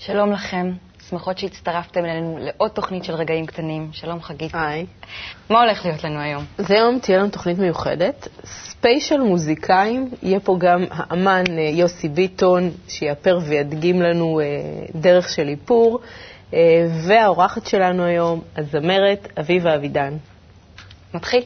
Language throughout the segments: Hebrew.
שלום לכם, שמחות שהצטרפתם אלינו לעוד תוכנית של רגעים קטנים. שלום חגית. היי. מה הולך להיות לנו היום? אז היום תהיה לנו תוכנית מיוחדת, ספיישל מוזיקאים, יהיה פה גם האמן יוסי ביטון, שיאפר וידגים לנו דרך של איפור, והאורחת שלנו היום, הזמרת אביבה אבידן. מתחיל.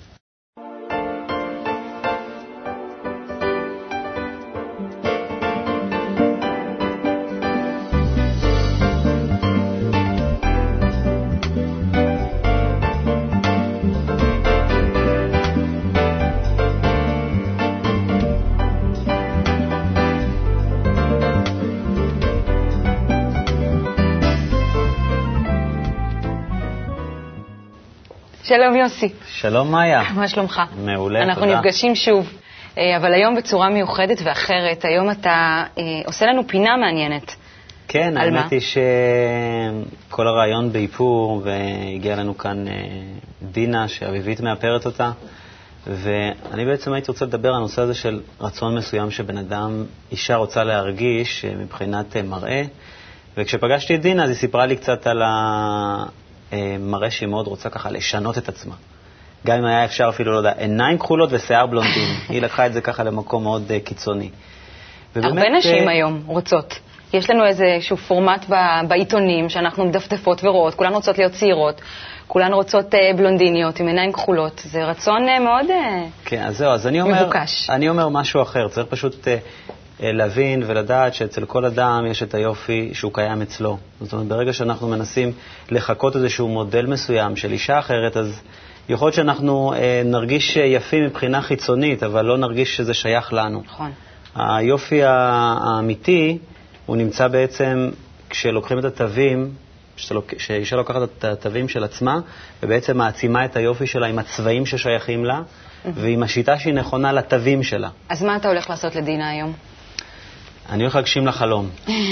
שלום יוסי. שלום מאיה. מה שלומך? מעולה, אנחנו תודה. אנחנו נפגשים שוב, אבל היום בצורה מיוחדת ואחרת. היום אתה עושה לנו פינה מעניינת. כן, על האמת היא שכל הרעיון באיפור, והגיע לנו כאן דינה שאביבית מאפרת אותה, ואני בעצם הייתי רוצה לדבר על הנושא הזה של רצון מסוים שבן אדם, אישה רוצה להרגיש מבחינת מראה, וכשפגשתי את דינה אז היא סיפרה לי קצת על מראה שהיא מאוד רוצה ככה לשנות את עצמה. גם אם היה אפשר אפילו, לא יודע, עיניים כחולות ושיער בלונדין. היא לקחה את זה ככה למקום מאוד קיצוני. הרבה נשים היום רוצות. יש לנו איזשהו פורמט בעיתונים שאנחנו מדפדפות ורואות. כולן רוצות להיות צעירות, כולן רוצות בלונדיניות עם עיניים כחולות. זה רצון מאוד כן, אז זהו, אז אני אומר משהו אחר. צריך פשוט להבין ולדעת שאצל כל אדם יש את היופי שהוא קיים אצלו. זאת אומרת, ברגע שאנחנו מנסים לחכות איזשהו מודל מסוים של אישה אחרת, אז יכול להיות שאנחנו נרגיש יפים מבחינה חיצונית, אבל לא נרגיש שזה שייך לנו. נכון. היופי האמיתי, הוא נמצא בעצם כשלוקחים את התווים, שאישה לוקחת את התווים של עצמה, ובעצם מעצימה את היופי שלה עם הצבעים ששייכים לה, ועם השיטה שהיא נכונה לתווים שלה. אז מה אתה הולך לעשות לדינה היום? אני הולך להגשים לחלום.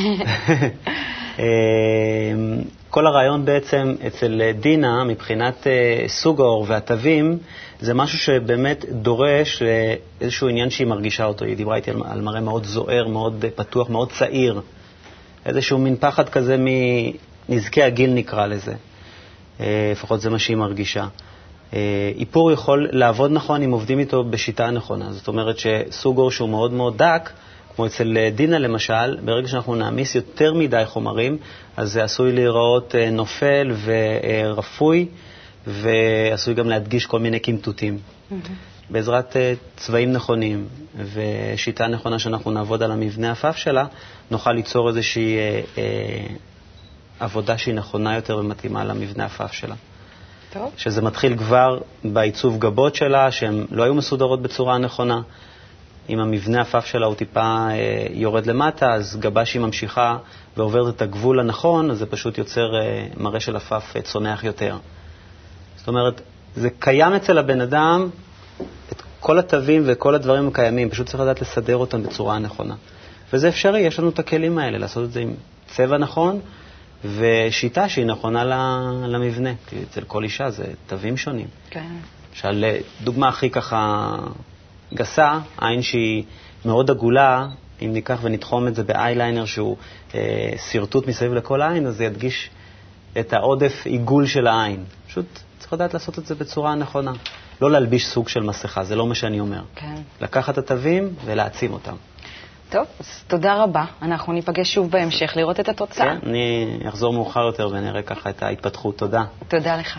כל הרעיון בעצם אצל דינה, מבחינת סוג האור והתווים, זה משהו שבאמת דורש איזשהו עניין שהיא מרגישה אותו. היא דיברה איתי על מראה מאוד זוהר, מאוד פתוח, מאוד צעיר. איזשהו מין פחד כזה מנזקי הגיל נקרא לזה. לפחות זה מה שהיא מרגישה. איפור יכול לעבוד נכון אם עובדים איתו בשיטה הנכונה. זאת אומרת שסוג אור שהוא מאוד מאוד דק, כמו אצל דינה למשל, ברגע שאנחנו נעמיס יותר מדי חומרים, אז זה עשוי להיראות נופל ורפוי, ועשוי גם להדגיש כל מיני קמטוטים. בעזרת צבעים נכונים ושיטה נכונה שאנחנו נעבוד על המבנה הפף שלה, נוכל ליצור איזושהי עבודה שהיא נכונה יותר ומתאימה למבנה הפף שלה. טוב. שזה מתחיל כבר בעיצוב גבות שלה, שהן לא היו מסודרות בצורה הנכונה. אם המבנה הפף שלה הוא טיפה יורד למטה, אז גבה שהיא ממשיכה ועוברת את הגבול הנכון, אז זה פשוט יוצר מראה של הפף צונח יותר. זאת אומרת, זה קיים אצל הבן אדם, את כל התווים וכל הדברים הקיימים, פשוט צריך לדעת לסדר אותם בצורה הנכונה. וזה אפשרי, יש לנו את הכלים האלה, לעשות את זה עם צבע נכון, ושיטה שהיא נכונה למבנה. כי אצל כל אישה זה תווים שונים. כן. למשל, דוגמה הכי ככה גסה, עין שהיא מאוד עגולה, אם ניקח ונתחום את זה באייליינר שהוא סרטוט מסביב לכל העין, אז זה ידגיש את העודף עיגול של העין. פשוט צריך לדעת לעשות את זה בצורה הנכונה. לא להלביש סוג של מסכה, זה לא מה שאני אומר. כן. לקחת את התווים ולהעצים אותם. טוב, אז תודה רבה. אנחנו ניפגש שוב בהמשך לראות את התוצאה. כן, אני אחזור מאוחר יותר ונראה ככה את ההתפתחות. תודה. תודה לך.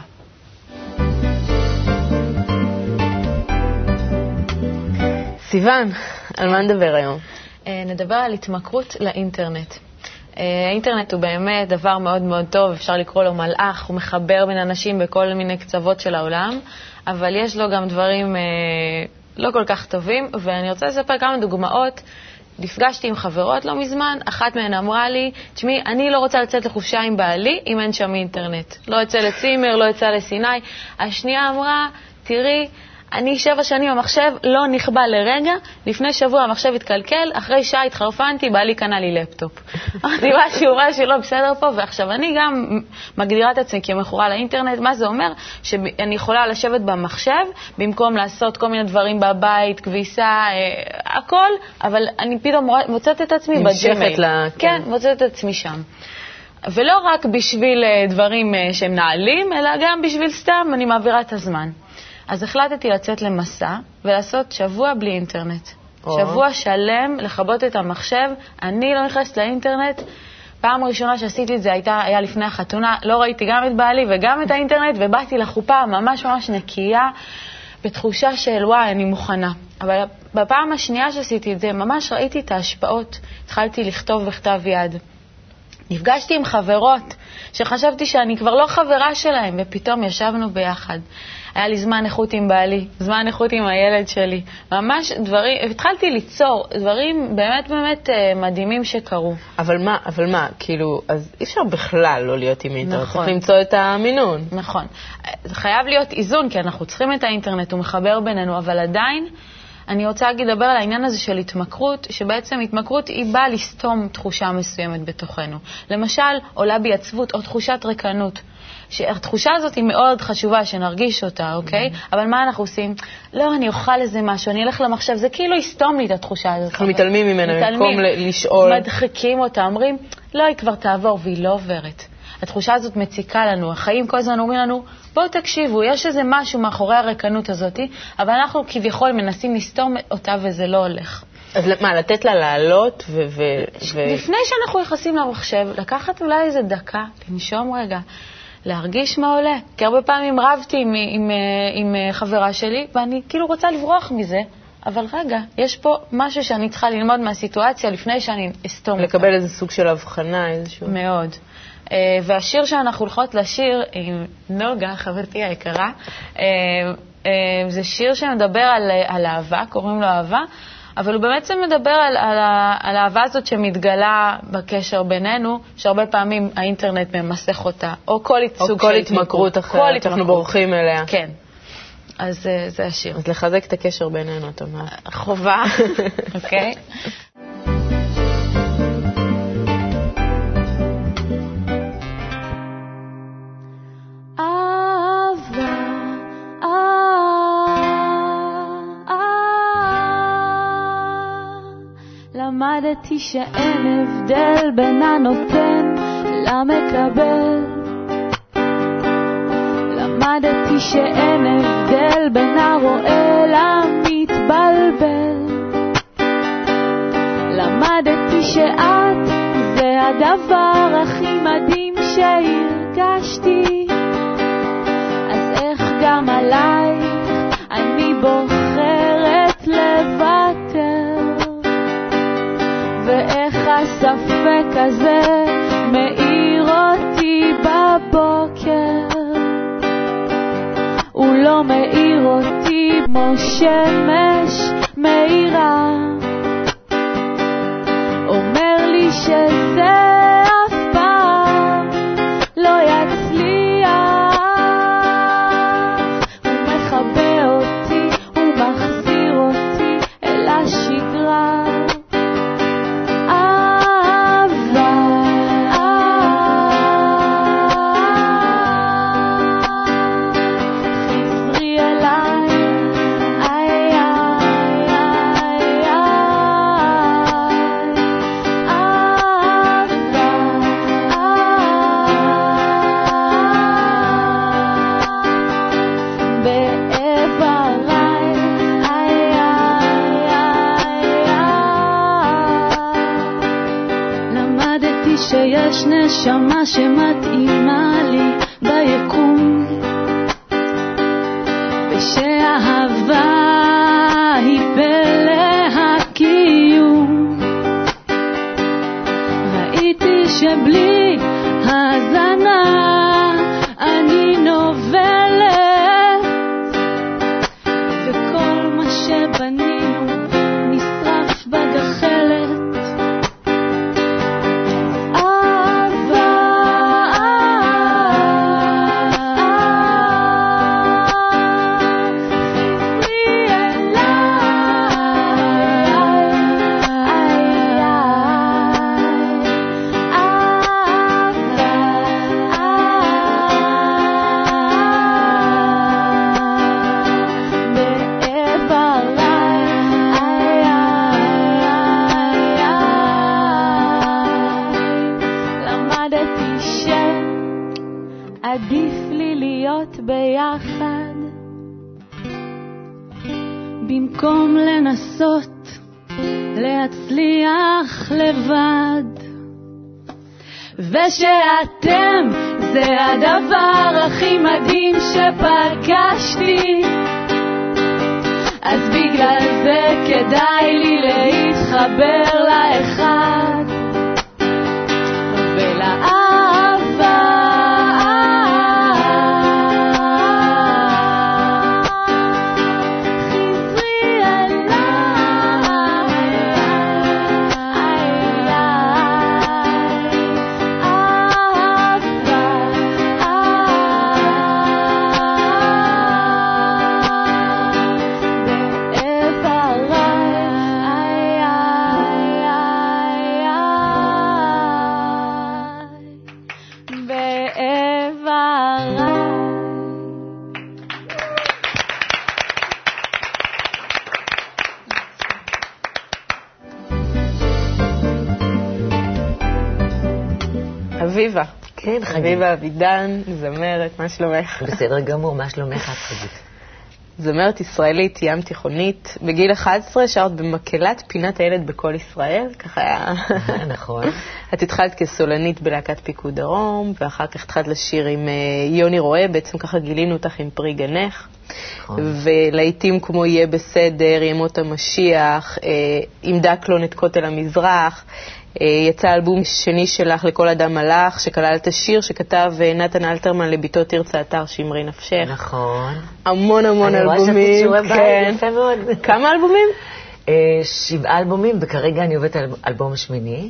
סיוון, על מה נדבר היום? נדבר על התמכרות לאינטרנט. האינטרנט הוא באמת דבר מאוד מאוד טוב, אפשר לקרוא לו מלאך, הוא מחבר בין אנשים בכל מיני קצוות של העולם, אבל יש לו גם דברים לא כל כך טובים, ואני רוצה לספר כמה דוגמאות. נפגשתי עם חברות לא מזמן, אחת מהן אמרה לי, תשמעי, אני לא רוצה לצאת לחופשה עם בעלי אם אין שם אינטרנט. לא יצא לצימר, לא יצא לסיני. השנייה אמרה, תראי, אני 7 שנים המחשב לא נכבה לרגע, לפני שבוע המחשב התקלקל, אחרי שעה התחרפנתי, בעלי קנה לי לפטופ. אמרתי משהו לא בסדר פה, ועכשיו אני גם מגדירה את עצמי כמכורה לאינטרנט. מה זה אומר? שאני יכולה לשבת במחשב, במקום לעשות כל מיני דברים בבית, כביסה, הכל, אבל אני פתאום מוצאת את עצמי בג'ימייל. כן, מוצאת את עצמי שם. ולא רק בשביל דברים שהם נעלים, אלא גם בשביל סתם, אני מעבירה את הזמן. אז החלטתי לצאת למסע ולעשות שבוע בלי אינטרנט. שבוע שלם, לחבות את המחשב. אני לא נכנסת לאינטרנט. פעם ראשונה שעשיתי את זה היה לפני החתונה. לא ראיתי גם את בעלי וגם את האינטרנט, ובאתי לחופה ממש ממש נקייה, בתחושה של וואי, אני מוכנה. אבל בפעם השנייה שעשיתי את זה, ממש ראיתי את ההשפעות. התחלתי לכתוב בכתב יד. נפגשתי עם חברות שחשבתי שאני כבר לא חברה שלהם, ופתאום ישבנו ביחד. היה לי זמן איכות עם בעלי, זמן איכות עם הילד שלי. ממש דברים, התחלתי ליצור דברים באמת באמת מדהימים שקרו. אבל מה, כאילו, אז אי אפשר בכלל לא להיות עם אינטרנט. נכון. צריך למצוא את המינון. נכון. זה חייב להיות איזון, כי אנחנו צריכים את האינטרנט, הוא מחבר בינינו, אבל עדיין, אני רוצה לדבר על העניין הזה של התמכרות, שבעצם התמכרות היא באה לסתום תחושה מסוימת בתוכנו. למשל, עולה בי עצבות או תחושת ריקנות. שהתחושה הזאת היא מאוד חשובה שנרגיש אותה, אוקיי? אבל מה אנחנו עושים? לא, אני אוכל איזה משהו, אני אלך למחשב, זה כאילו יסתום לי את התחושה הזאת. אנחנו מתעלמים ממנה, במקום לשאול. מדחיקים אותה, אומרים, לא, היא כבר תעבור, והיא לא עוברת. התחושה הזאת מציקה לנו, החיים כל הזמן אומרים לנו, בואו תקשיבו, יש איזה משהו מאחורי הריקנות הזאת, אבל אנחנו כביכול מנסים לסתום אותה וזה לא הולך. אז מה, לתת לה לעלות לפני שאנחנו נכנסים למחשב, לקחת אולי איזה דקה, לנשום רגע, להרגיש מה עולה. כי הרבה פעמים רבתי עם חברה שלי, ואני כאילו רוצה לברוח מזה, אבל רגע, יש פה משהו שאני צריכה ללמוד מהסיטואציה לפני שאני אסתום אותה. לקבל איזה סוג של הבחנה, איזשהו... מאוד. והשיר שאנחנו הולכות לשיר עם נוגה, חברתי היקרה, זה שיר שמדבר על אהבה, קוראים לו אהבה, אבל הוא בעצם מדבר על האהבה הזאת שמתגלה בקשר בינינו, שהרבה פעמים האינטרנט ממסך אותה, או כל התמכרות אחרת, אנחנו בורחים אליה. כן. אז זה השיר. אז לחזק את הקשר בינינו, אתה אומר. חובה, אוקיי. למדתי שאין הבדל בין הנותן למקבל. למדתי שאין הבדל בין הרואה למתבלבל. למדתי שאת זה הדבר הכי מדהים שהרגשתי. אז איך גם עלייך אני בוחרת לוותר. ואיך הספק הזה מאיר אותי בבוקר. הוא לא מאיר אותי כמו שמש מאירה. אומר לי שזה אף פעם לא יצליח. הוא מחבא אותי, הוא מחזיר אותי אל השגרה. שיש נשמה שמתאימה לי ביקום, ושאהבה היא פלא הקיום. ראיתי שבלי הזנה אני נובלת, וכל מה שבנינו נשרף בגחלת. למדתי שעדיף לי להיות ביחד במקום לנסות להצליח לבד, ושאתם זה הדבר הכי מדהים שפגשתי, אז בגלל זה כדאי לי להתחבר לאחד ולאהבה. אביבה. כן, חגית. אביבה אבידן, זמרת, מה שלומך? בסדר גמור, מה שלומך, חגית? זמרת ישראלית, ים תיכונית. בגיל 11 שרת במקהלת פינת הילד בכל ישראל, ככה היה. נכון. את התחלת כסולנית בלהקת פיקוד דרום, ואחר כך התחלת לשיר עם יוני רואה, בעצם ככה גילינו אותך עם פרי גנך. נכון. ולעיתים כמו יהיה בסדר, ימות המשיח, עם דקלון את כותל המזרח. יצא אלבום שני שלך, לכל אדם מלאך, שכלל את השיר שכתב נתן אלתרמן לביתו תרצה אתר שמרי נפשך. נכון. המון המון אלבומים. אני רואה שאת שיעורי בית, יפה מאוד. כמה אלבומים? 7 אלבומים, וכרגע אני עובדת על אלבום שמיני.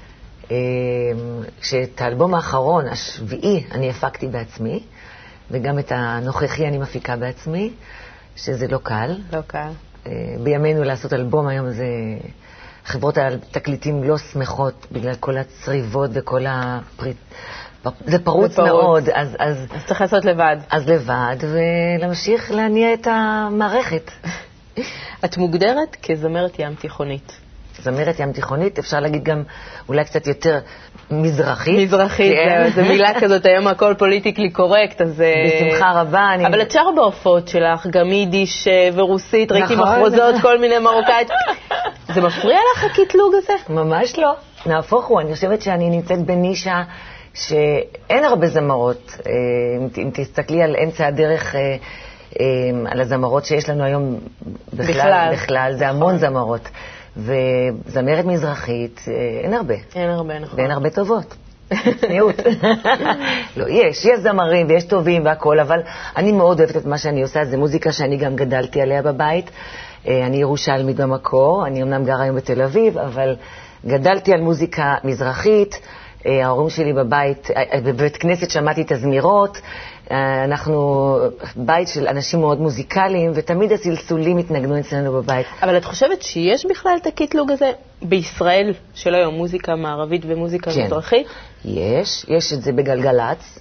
שאת האלבום האחרון, השביעי, אני הפקתי בעצמי, וגם את הנוכחי אני מפיקה בעצמי, שזה לא קל. לא קל. בימינו לעשות אלבום היום זה... חברות התקליטים לא שמחות בגלל כל הצריבות וכל הפריט. זה פרוץ מאוד, אז צריך לעשות לבד. אז לבד, ולהמשיך להניע את המערכת. את מוגדרת כזמרת ים תיכונית. זמרת ים תיכונית, אפשר להגיד גם אולי קצת יותר מזרחית. מזרחית, זו מילה כזאת, היום הכל פוליטיקלי קורקט, אז... בשמחה רבה. אבל את שרה בהופעות שלך, גם יידיש ורוסית, ראיתי מחרוזות, כל מיני מרוקאית. זה מפריע לך הקטלוג הזה? ממש לא. נהפוך הוא, אני חושבת שאני נמצאת בנישה שאין הרבה זמרות. אם תסתכלי על אמצע הדרך, על הזמרות שיש לנו היום בכלל, זה המון זמרות. וזמרת מזרחית, אין הרבה. אין הרבה, נכון. ואין הרבה טובות. צניעות. לא, יש זמרים ויש טובים והכל, אבל אני מאוד אוהבת את מה שאני עושה, זה מוזיקה שאני גם גדלתי עליה בבית. אני ירושלמית במקור, אני אמנם גרה היום בתל אביב, אבל גדלתי על מוזיקה מזרחית. ההורים שלי בבית כנסת שמעתי את הזמירות. אנחנו בית של אנשים מאוד מוזיקליים, ותמיד הסלסולים התנגנו אצלנו בבית. אבל את חושבת שיש בכלל את הקטלוג הזה בישראל של היום, מוזיקה מערבית ומוזיקה מזרחית? יש את זה בגלגלץ.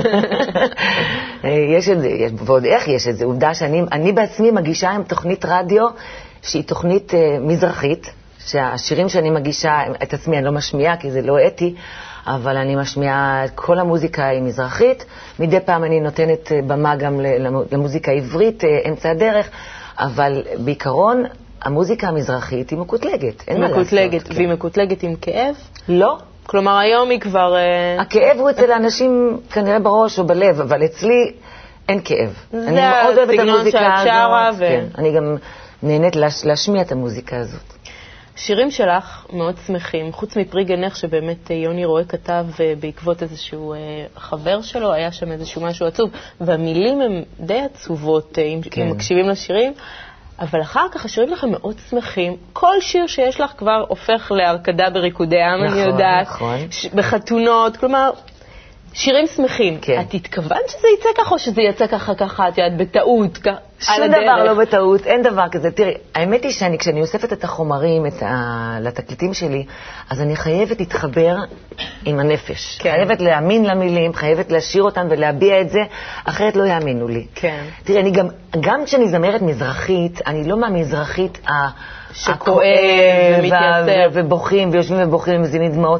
יש את זה, ועוד איך יש את זה. עובדה שאני בעצמי מגישה עם תוכנית רדיו שהיא תוכנית מזרחית, שהשירים שאני מגישה, את עצמי אני לא משמיעה כי זה לא אתי, אבל אני משמיעה כל המוזיקה היא מזרחית. מדי פעם אני נותנת במה גם למוזיקה עברית, אמצע הדרך, אבל בעיקרון המוזיקה המזרחית היא מקוטלגת, אין מה לעשות. מקוטלגת, והיא מקוטלגת עם כאב? לא. כלומר, היום היא כבר... הכאב הוא אצל האנשים כנראה בראש או בלב, אבל אצלי אין כאב. אני מאוד אוהבת את המוזיקה הזאת. כן, אני גם נהנית להשמיע את המוזיקה הזאת. שירים שלך מאוד שמחים, חוץ מפרי גנך שבאמת יוני רואה כתב בעקבות איזשהו חבר שלו, היה שם איזשהו משהו עצוב, והמילים הן די עצובות אם מקשיבים לשירים, אבל אחר כך השירים לכם מאוד שמחים. כל שיר שיש לך כבר הופך להרקדה בריקודי עם, אני יודעת, בחתונות, כלומר... שירים שמחים. כן. את התכוונת שזה יצא ככה או שזה יצא ככה, את יודעת, בטעות, שום דבר לא בטעות, אין דבר כזה. תראי, האמת היא כשאני אוספת את החומרים לתקליטים שלי, אז אני חייבת להתחבר עם הנפש. כן. חייבת להאמין למילים, חייבת לשיר אותם ולהביע את זה, אחרת לא יאמינו לי. כן. תראי, אני גם כשאני זמרת מזרחית, אני לא מהמזרחית שכואב ומתייסר. ובוכים ויושבים ובוכים ומזינים דמעות.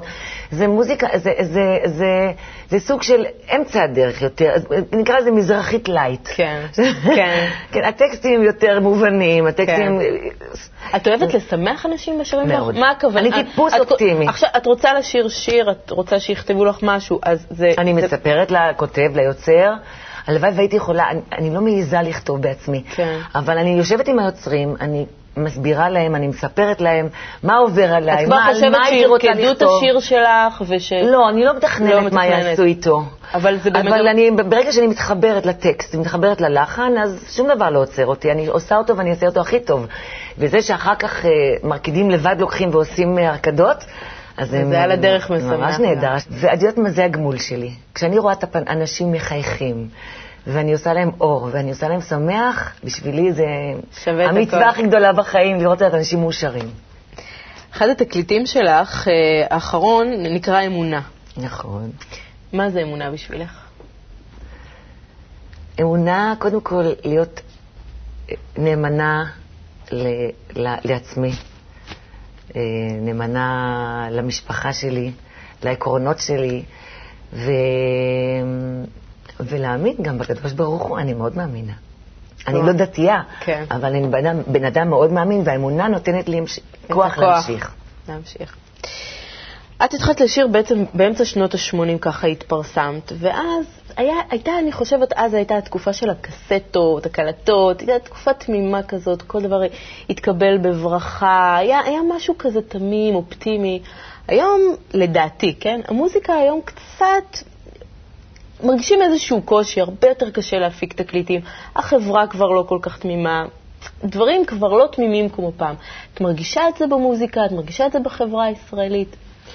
זה מוזיקה, זה סוג של אמצע הדרך יותר, נקרא לזה מזרחית לייט. כן, כן. כן, הטקסטים יותר מובנים, הטקסטים... את אוהבת לשמח אנשים בשירים? מאוד. מה הכוונה? אני טיפוס אופטימי. עכשיו, את רוצה לשיר שיר, את רוצה שיכתבו לך משהו, אז זה... אני מספרת לכותב, ליוצר, הלוואי והייתי יכולה, אני לא מעיזה לכתוב בעצמי, כן. אבל אני יושבת עם היוצרים, אני מסבירה להם, אני מספרת להם מה עובר עליי, מה הייתי רוצה לכתוב. את כבר חושבת שירקדו את השיר שלך לא, אני לא מתכננת מה יעשו איתו. אבל ברגע שאני מתחברת לטקסט, מתחברת ללחן, אז שום דבר לא עוצר אותי. אני עושה אותו ואני אעשה אותו הכי טוב. וזה שאחר כך מרקידים לבד לוקחים ועושים הרקדות, אז זה על הדרך משמח. ממש נהדר. ואת יודעת מה זה הגמול שלי? כשאני רואה את אנשים מחייכים, ואני עושה להם אור, ואני עושה להם שמח, בשבילי זה המצווה הכי גדולה בחיים, לראות את אנשים מאושרים. אחד התקליטים שלך, האחרון, נקרא אמונה. נכון. מה זה אמונה בשבילך? אמונה, קודם כל, להיות נאמנה לעצמי, נאמנה למשפחה שלי, לעקרונות שלי, ולהאמין גם בקדוש ברוך הוא, אני מאוד מאמינה. אני לא דתייה, אבל אני בן אדם מאוד מאמין, והאמונה נותנת לי כוח להמשיך. את התחלת לשיר בעצם באמצע שנות ה-80, ככה התפרסמת, ואז אני חושבת, אז הייתה התקופה של הקסטות, הקלטות, הייתה תקופה תמימה כזאת, כל דבר התקבל בברכה, היה משהו כזה תמים, אופטימי. היום, לדעתי, כן, המוזיקה היום קצת מרגישים איזשהו קושי, הרבה יותר קשה להפיק תקליטים, החברה כבר לא כל כך תמימה, דברים כבר לא תמימים כמו פעם. את מרגישה את זה במוזיקה, את מרגישה את זה בחברה הישראלית?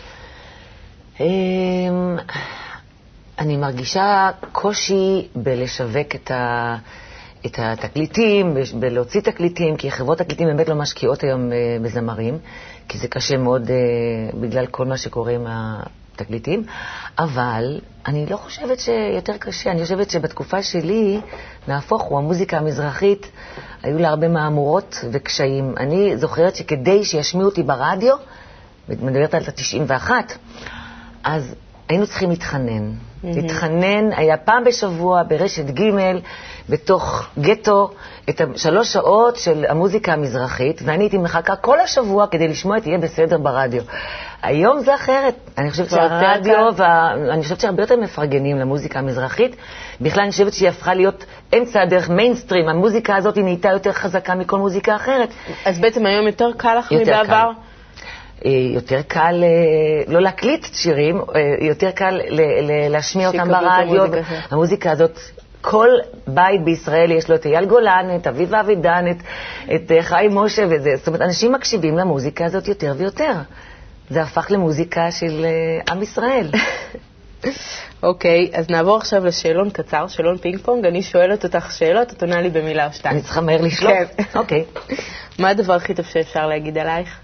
אני מרגישה קושי בלשווק את התקליטים, בלהוציא תקליטים, כי חברות תקליטים באמת לא משקיעות היום בזמרים, כי זה קשה מאוד בגלל כל מה שקורה עם התקליטים, אבל אני לא חושבת שיותר קשה, אני חושבת שבתקופה שלי, נהפוך הוא, המוזיקה המזרחית, היו לה הרבה מהמורות וקשיים. אני זוכרת שכדי שישמיעו אותי ברדיו, מדברת על ה-91, אז היינו צריכים להתחנן. להתחנן, היה פעם בשבוע ברשת ג' בתוך גטו את 3 שעות של המוזיקה המזרחית, ואני הייתי מחכה כל השבוע כדי לשמוע את יהיה בסדר ברדיו. היום זה אחרת. אני חושבת שהרדיו, אני חושבת שהרבה יותר מפרגנים למוזיקה המזרחית. בכלל אני חושבת שהיא הפכה להיות אמצע הדרך, מיינסטרים. המוזיקה הזאת היא נהייתה יותר חזקה מכל מוזיקה אחרת. אז בעצם היום יותר קל לך מבעבר? יותר קל לא להקליט שירים, יותר קל להשמיע אותם ברדיו. המוזיקה הזאת, כל בית בישראל יש לו את אייל גולן, את אביב אבידן, את חיים משה וזה. זאת אומרת, אנשים מקשיבים למוזיקה הזאת יותר ויותר. זה הפך למוזיקה של עם ישראל. אוקיי, אז נעבור עכשיו לשאלון קצר, שאלון פינג פונג. אני שואלת אותך שאלות, את עונה לי במילה או 2. אני צריכה מהר לשלוף? כן. אוקיי. מה הדבר הכי טוב שאפשר להגיד עלייך?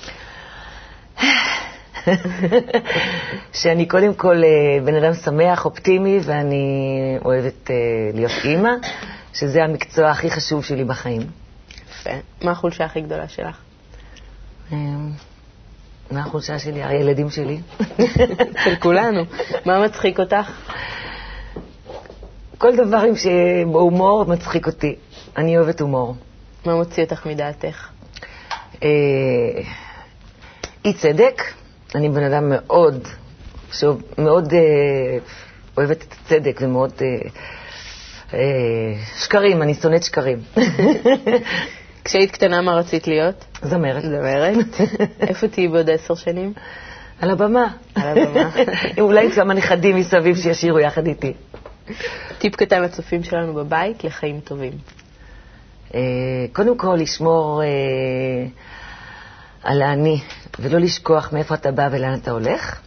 שאני קודם כל בן אדם שמח, אופטימי, ואני אוהבת להיות אימא, שזה המקצוע הכי חשוב שלי בחיים. יפה. מה החולשה הכי גדולה שלך? מה החולשה שלי? הילדים שלי. של כולנו. מה מצחיק אותך? כל דבר שבהומור מצחיק אותי. אני אוהבת הומור. מה מוציא אותך מדעתך? אי צדק. אני בן אדם מאוד אוהבת את הצדק ומאוד שקרים, אני שונאת שקרים. כשהיית קטנה מה רצית להיות? זמרת. זמרת. איפה תהיי בעוד 10 שנים? על הבמה. על הבמה. אולי כמה נכדים מסביב שישירו יחד איתי. טיפ קטן לצופים שלנו בבית לחיים טובים. קודם כל לשמור על האני, ולא לשכוח מאיפה אתה בא ולאן אתה הולך.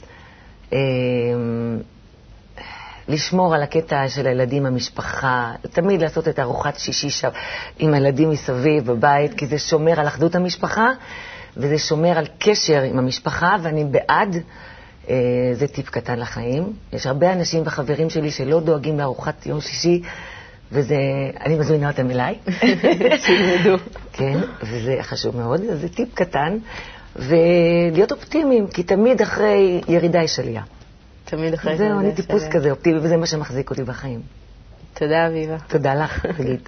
לשמור על הקטע של הילדים, המשפחה, תמיד לעשות את ארוחת שישי עם הילדים מסביב בבית, כי זה שומר על אחדות המשפחה, וזה שומר על קשר עם המשפחה, ואני בעד, זה טיפ קטן לחיים. יש הרבה אנשים וחברים שלי שלא דואגים לארוחת יום שישי, וזה, אני מזמינה אותם אליי. שילמדו. כן, וזה חשוב מאוד, אז זה טיפ קטן. ולהיות אופטימיים, כי תמיד אחרי ירידה יש עלייה. תמיד אחרי זהו, אני טיפוס כזה אופטימי, וזה מה שמחזיק אותי בחיים. תודה, אביבה. תודה לך, תגיד.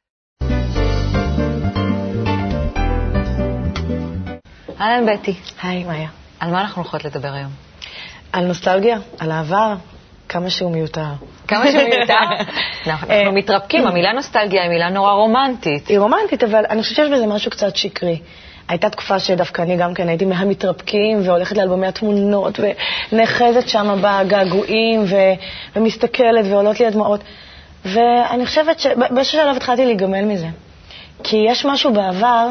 אהלן בטי. היי, מאיה. על מה אנחנו הולכות לדבר היום? על נוסטלגיה, על העבר, כמה שהוא מיותר. כמה שהוא מיותר? אנחנו מתרפקים, המילה נוסטלגיה היא מילה נורא רומנטית. היא רומנטית, אבל אני חושבת שיש בזה משהו קצת שקרי. הייתה תקופה שדווקא אני גם כן הייתי מהמתרפקים, והולכת לאלבומי התמונות, ונחזת שם בגעגועים, ומסתכלת, ועולות לי הדמעות. ואני חושבת שבאיזשהו שלב התחלתי להיגמל מזה. כי יש משהו בעבר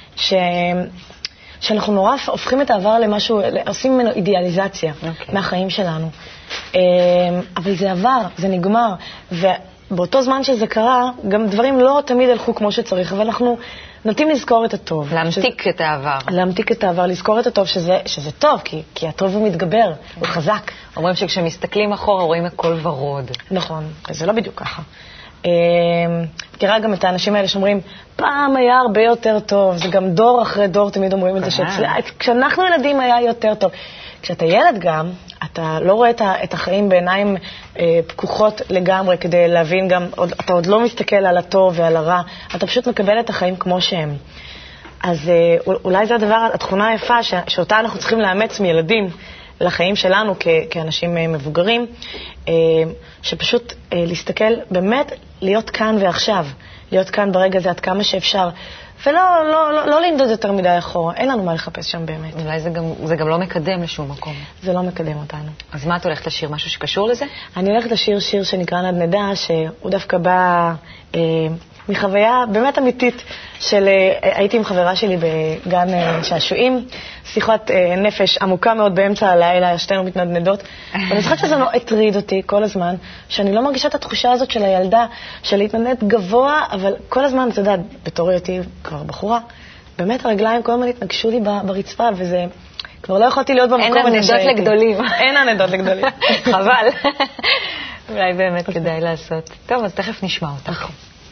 שאנחנו נורא הופכים את העבר למשהו, עושים ממנו אידיאליזציה מהחיים שלנו. אבל זה עבר, זה נגמר, ובאותו זמן שזה קרה, גם דברים לא תמיד הלכו כמו שצריך, אבל אנחנו נוטים לזכור את הטוב. להמתיק את העבר. להמתיק את העבר, לזכור את הטוב, שזה טוב, כי הטוב הוא מתגבר, הוא חזק. אומרים שכשמסתכלים אחורה רואים הכל ורוד. נכון, זה לא בדיוק ככה. תראה גם את האנשים האלה שאומרים, פעם היה הרבה יותר טוב, זה גם דור אחרי דור תמיד אומרים את זה, כשאנחנו ילדים היה יותר טוב. כשאתה ילד גם, אתה לא רואה את החיים בעיניים פקוחות לגמרי כדי להבין גם, אתה עוד לא מסתכל על הטוב ועל הרע, אתה פשוט מקבל את החיים כמו שהם. אז אולי זה התכונה היפה שאותה אנחנו צריכים לאמץ מילדים לחיים שלנו כאנשים מבוגרים, שפשוט להסתכל, באמת להיות כאן ועכשיו, להיות כאן ברגע הזה עד כמה שאפשר, ולא לנדוד יותר מדי אחורה, אין לנו מה לחפש שם באמת. אולי זה גם לא מקדם לשום מקום. זה לא מקדם אותנו. אז מה את הולכת לשיר? משהו שקשור לזה? אני הולכת לשיר שיר שנקרא נדנדה, שהוא דווקא בא מחוויה באמת אמיתית של, הייתי עם חברה שלי בגן שעשועים, שיחת נפש עמוקה מאוד באמצע הלילה, שתינו מתנדנדות, ואני חושבת שזה לא הטריד אותי כל הזמן, שאני לא מרגישה את התחושה הזאת של הילדה, של להתנדנד גבוה, אבל כל הזמן, אתה יודע, בתור היותי כבר בחורה, באמת הרגליים כל הזמן התנגשו לי ברצפה, וזה כבר לא יכולתי להיות במקום. אין הנדות לגדולים. אין הנדות לגדולים. חבל. אולי באמת כדאי לעשות. טוב, אז תכף נשמע אותך.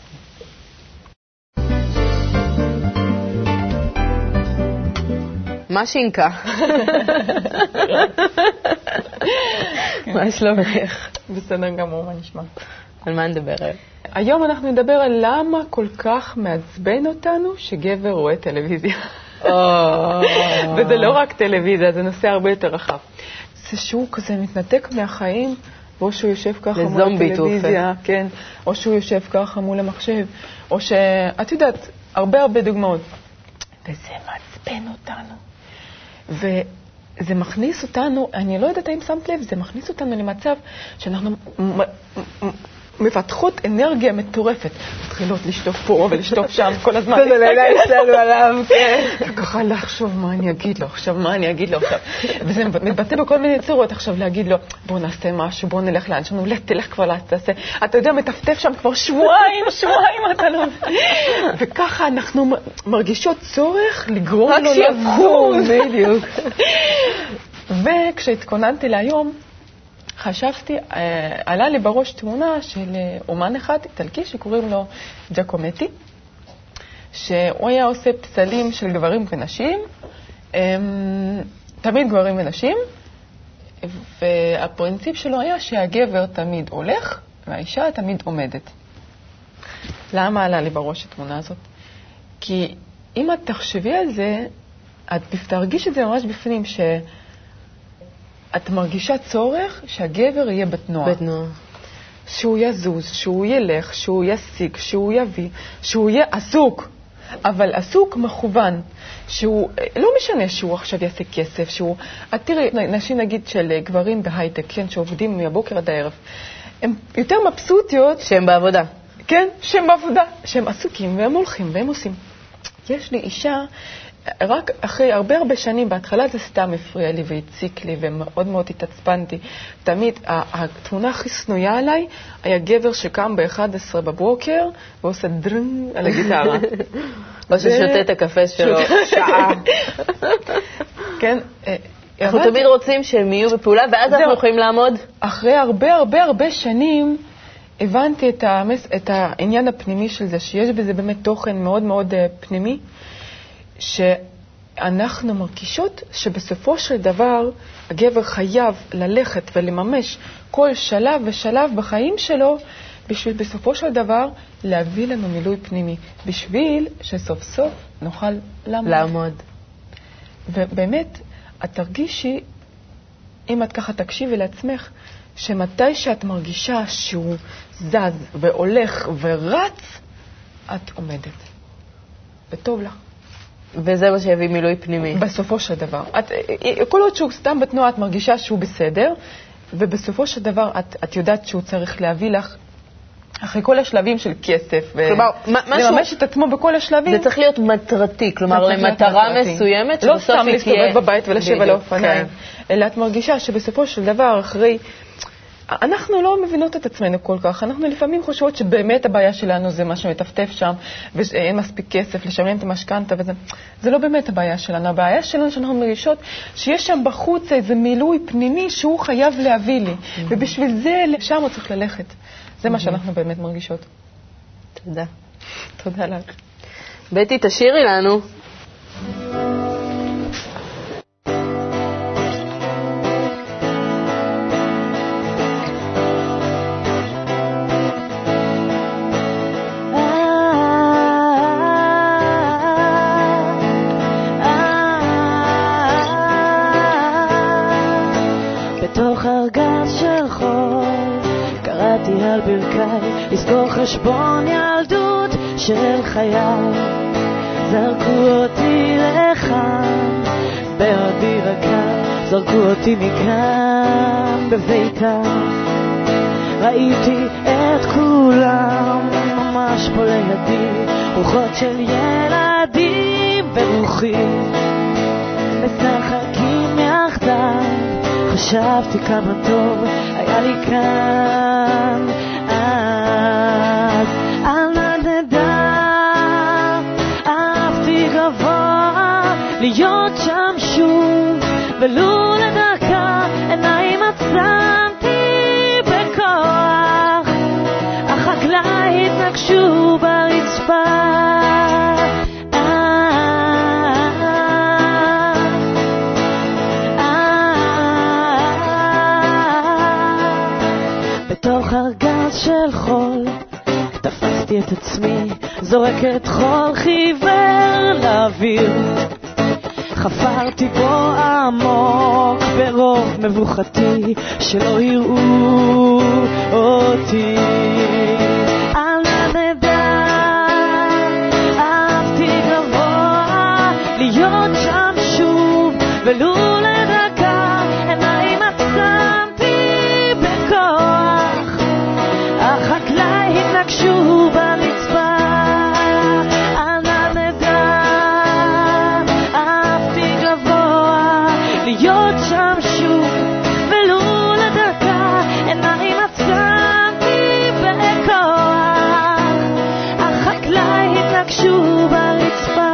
מה שינקה? מה שלומך? בסדר גמור, מה נשמע? על מה נדבר היום? היום אנחנו נדבר על למה כל כך מעצבן אותנו שגבר רואה טלוויזיה. וזה לא רק טלוויזיה, זה נושא הרבה יותר רחב. זה שהוא כזה מתנתק מהחיים, או שהוא יושב ככה מול הטלוויזיה, כן, או שהוא יושב ככה מול המחשב, או שאת יודעת, הרבה דוגמאות. וזה מעצבן אותנו. וזה מכניס אותנו, אני לא יודעת אם שמת לב, זה מכניס אותנו למצב שאנחנו מפתחות אנרגיה מטורפת. מתחילות לשטוף פה ולשטוף שם כל הזמן. זה לילה אצלנו עליו, כן. וככה לחשוב מה אני אגיד לו עכשיו, וזה מתבטא בכל מיני צורות עכשיו להגיד לו, בוא נעשה משהו, בוא נלך לאן שלנו, תלך כבר תעשה. אתה יודע, מטפטף שם כבר שבועיים, אתה לא... וככה אנחנו מרגישות צורך לגרום לו לקום, בדיוק. וכשהתכוננתי להיום, חשבתי, עלה לי בראש תמונה של אומן אחד איטלקי שקוראים לו ג'קומטי, שהוא היה עושה פסלים של גברים ונשים, תמיד גברים ונשים, והפרינציפ שלו היה שהגבר תמיד הולך והאישה תמיד עומדת. למה עלה לי בראש התמונה הזאת? כי אם את תחשבי על זה, את תרגיש את זה ממש בפנים, את מרגישה צורך שהגבר יהיה בתנועה. שהוא יזוז, שהוא ילך, שהוא ישיג, שהוא יביא, שהוא יהיה עסוק. אבל עסוק מכוון, שהוא, לא משנה שהוא עכשיו יעשה כסף, שהוא, את תראי, נשים נגיד של גברים בהייטק, כן, שעובדים מהבוקר עד הערב, הם יותר מבסוטיות. שהם בעבודה. כן, שהם בעבודה, שהם עסוקים והם הולכים והם עושים. יש לי אישה, רק אחרי הרבה שנים, בהתחלה זה סתם הפריע לי והציק לי ומאוד התעצבנתי. תמיד התמונה הכי שנויה עליי היה גבר שקם ב-11 בבוקר ועושה דרנג על הגיטרה. או ששותה את הקפה שלו שעה. כן. אנחנו תמיד רוצים שהם יהיו בפעולה, ואז אנחנו יכולים לעמוד. אחרי הרבה שנים הבנתי את העניין הפנימי של זה, שיש בזה באמת תוכן מאוד פנימי, אנחנו מרגישות שבסופו של דבר הגבר חייב ללכת ולממש כל שלב ושלב בחיים שלו, בשביל בסופו של דבר להביא לנו מילוי פנימי, בשביל שסוף סוף נוכל לעמוד. ובאמת, את תרגישי, אם את ככה תקשיבי לעצמך, שמתי שאת מרגישה שהוא זז והולך ורץ, את עומדת. וטוב לך. וזה מה שהביא מילוי פנימי. בסופו של דבר. כל עוד שהוא סתם בתנועה, את מרגישה שהוא בסדר, ובסופו של דבר את יודעת שהוא צריך להביא לך, אחרי כל השלבים של כסף, ולממש את עצמו בכל השלבים. זה צריך להיות מטרתי, כלומר למטרה מסוימת, לא סתם להסתובב בבית ולשב על האופניים, אלא את מרגישה שבסופו של דבר, אחרי... אנחנו לא מבינות את עצמנו כל כך. אנחנו לפעמים חושבות שבאמת הבעיה שלנו זה מה שמטפטף שם, ואין מספיק כסף לשלם את המשכנתה, וזה זה לא באמת הבעיה שלנו. הבעיה שלנו שאנחנו מרגישות שיש שם בחוץ איזה מילוי פנימי שהוא חייב להביא לי, ובשביל זה לשם הוא צריך ללכת. זה מה שאנחנו באמת מרגישות. תודה. תודה לך. בטי, תשירי לנו. בתוך ארגז של חול קראתי על ברכיי לסגור חשבון ילדות של חיי. זרקו אותי לכאן בעודי רכה, זרקו אותי מכאן בביתם. ראיתי את כולם ממש פה לידי, רוחות של ילדים ורוחי משחקים יחדיו. חשבתי כמה טוב היה לי כאן אז, על נדע אהבתי גבוה להיות שם שוב, ולו לדקה עיניים עצמתי בכוח, החקלאי התנגשו ברצפה. בתוך ארגז של חול תפסתי את עצמי זורקת חול חיוור לאוויר, חפרתי בו עמוק ברוב מבוכתי שלא יראו אותי. על נדע אהבתי גבוה להיות שם שוב, ולו לדקה עיניים עצמתי בכוח, החקלאי התנגשו במצפה. על נדע אהבתי גבוה להיות שם שוב, ולו לדקה עיניים עצמתי בכוח, החקלאי התנגשו ברצפה.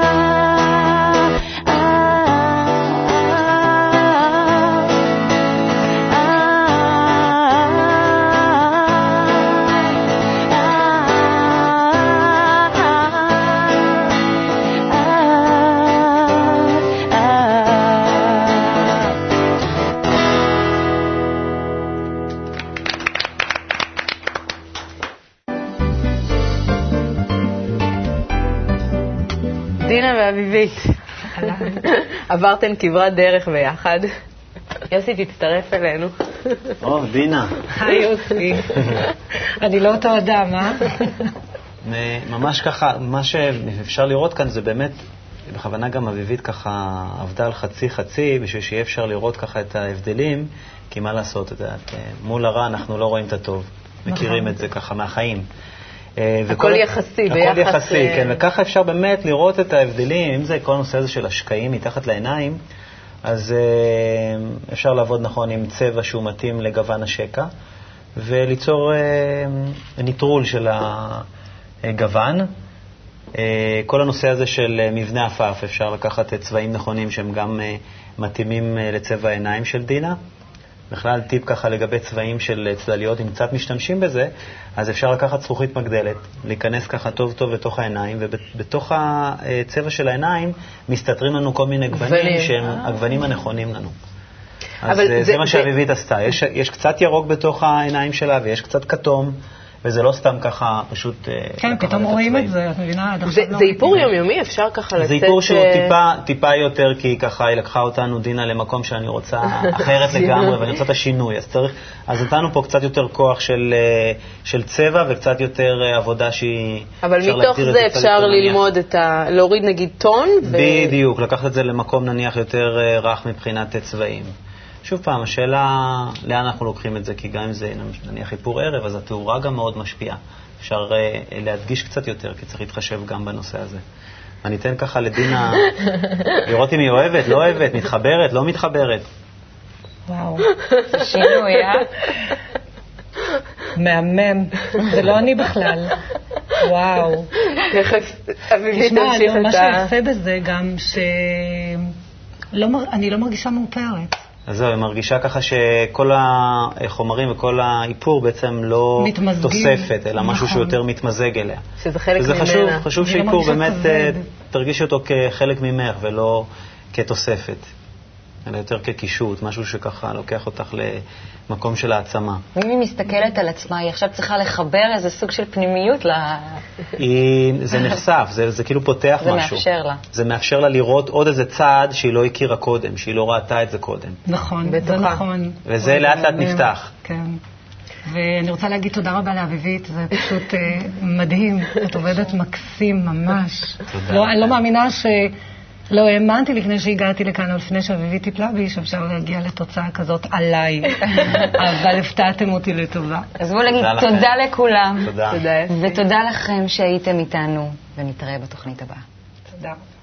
דינה ואביבית, עברתן כברת דרך ביחד. יוסי, תצטרף אלינו. דינה. היי יוסי. אני לא אותו אדם, ממש ככה, מה שאפשר לראות כאן זה באמת, בכוונה גם אביבית ככה עבדה על חצי, בשביל שיהיה אפשר לראות ככה את ההבדלים, כי מה לעשות, מול הרע אנחנו לא רואים את הטוב, מכירים את זה ככה מהחיים. הכל יחסי, הכל יחסי, כן, וככה אפשר באמת לראות את ההבדלים. אם זה כל הנושא הזה של השקעים מתחת לעיניים, אז אפשר לעבוד נכון עם צבע שהוא מתאים לגוון השקע, וליצור ניטרול של הגוון. כל הנושא הזה של מבנה אפף, אפשר לקחת צבעים נכונים שהם גם מתאימים לצבע העיניים של דינה, בכלל טיפ ככה לגבי צבעים של צלליות, אם קצת משתמשים בזה, אז אפשר לקחת זכוכית מגדלת, להיכנס ככה טוב טוב לתוך העיניים, ובתוך הצבע של העיניים מסתתרים לנו כל מיני גוונים שהם הגוונים הנכונים לנו. אז זה מה שאביבית עשתה. יש קצת ירוק בתוך העיניים שלה ויש קצת כתום, וזה לא סתם ככה פשוט... כן, פתאום רואים את זה, את מבינה? זה איפור יומיומי, אפשר ככה לצאת... זה איפור שהוא טיפה יותר, כי ככה היא לקחה אותנו, דינה, למקום שאני רוצה אחרת לגמרי, ואני רוצה את השינוי. אז נתנו פה קצת יותר כוח של צבע, וקצת יותר עבודה שהיא... אבל מתוך זה אפשר ללמוד להוריד נגיד טון, בדיוק, לקחת את זה למקום נניח יותר רך מבחינת צבעים. שוב פעם, השאלה לאן אנחנו לוקחים את זה, כי גם אם זה נניח איפור ערב, אז התאורה גם מאוד משפיעה. אפשר להדגיש קצת יותר, כי צריך להתחשב גם בנושא הזה. אני אתן ככה לדינה לראות אם היא אוהבת, לא אוהבת, מתחברת, לא מתחברת. וואו. זה שינוי, מהמם. זה לא אני בכלל. וואו. תכף, אביבית תמשיך את מה שיפה בזה גם שאני לא מרגישה מאופרת. אז זהו, היא מרגישה ככה שכל החומרים וכל האיפור בעצם לא תוספת, אלא משהו שיותר מתמזג אליה. שזה חלק ממנה. וזה חשוב שאיפור באמת תרגיש אותו כחלק ממך ולא כתוספת, אלא יותר כקישוט, משהו שככה לוקח אותך למקום של העצמה. ואם היא מסתכלת על עצמה, היא עכשיו צריכה לחבר איזה סוג של פנימיות זה נחשף, זה כאילו פותח משהו. זה מאפשר לה. זה מאפשר לה לראות עוד איזה צעד שהיא לא הכירה קודם, שהיא לא ראתה את זה קודם. נכון, זה נכון. וזה לאט לאט נפתח. כן. ואני רוצה להגיד תודה רבה לאביבית, זה פשוט מדהים. את עובדת מקסים ממש. תודה. אני לא מאמינה לא האמנתי לפני שהגעתי לכאן, או לפני שאביבית טיפלה בי, שאפשר להגיע לתוצאה כזאת עליי. אבל הפתעתם אותי לטובה. אז בואו נגיד תודה לכולם. תודה. ותודה לכם שהייתם איתנו, ונתראה בתוכנית הבאה. תודה.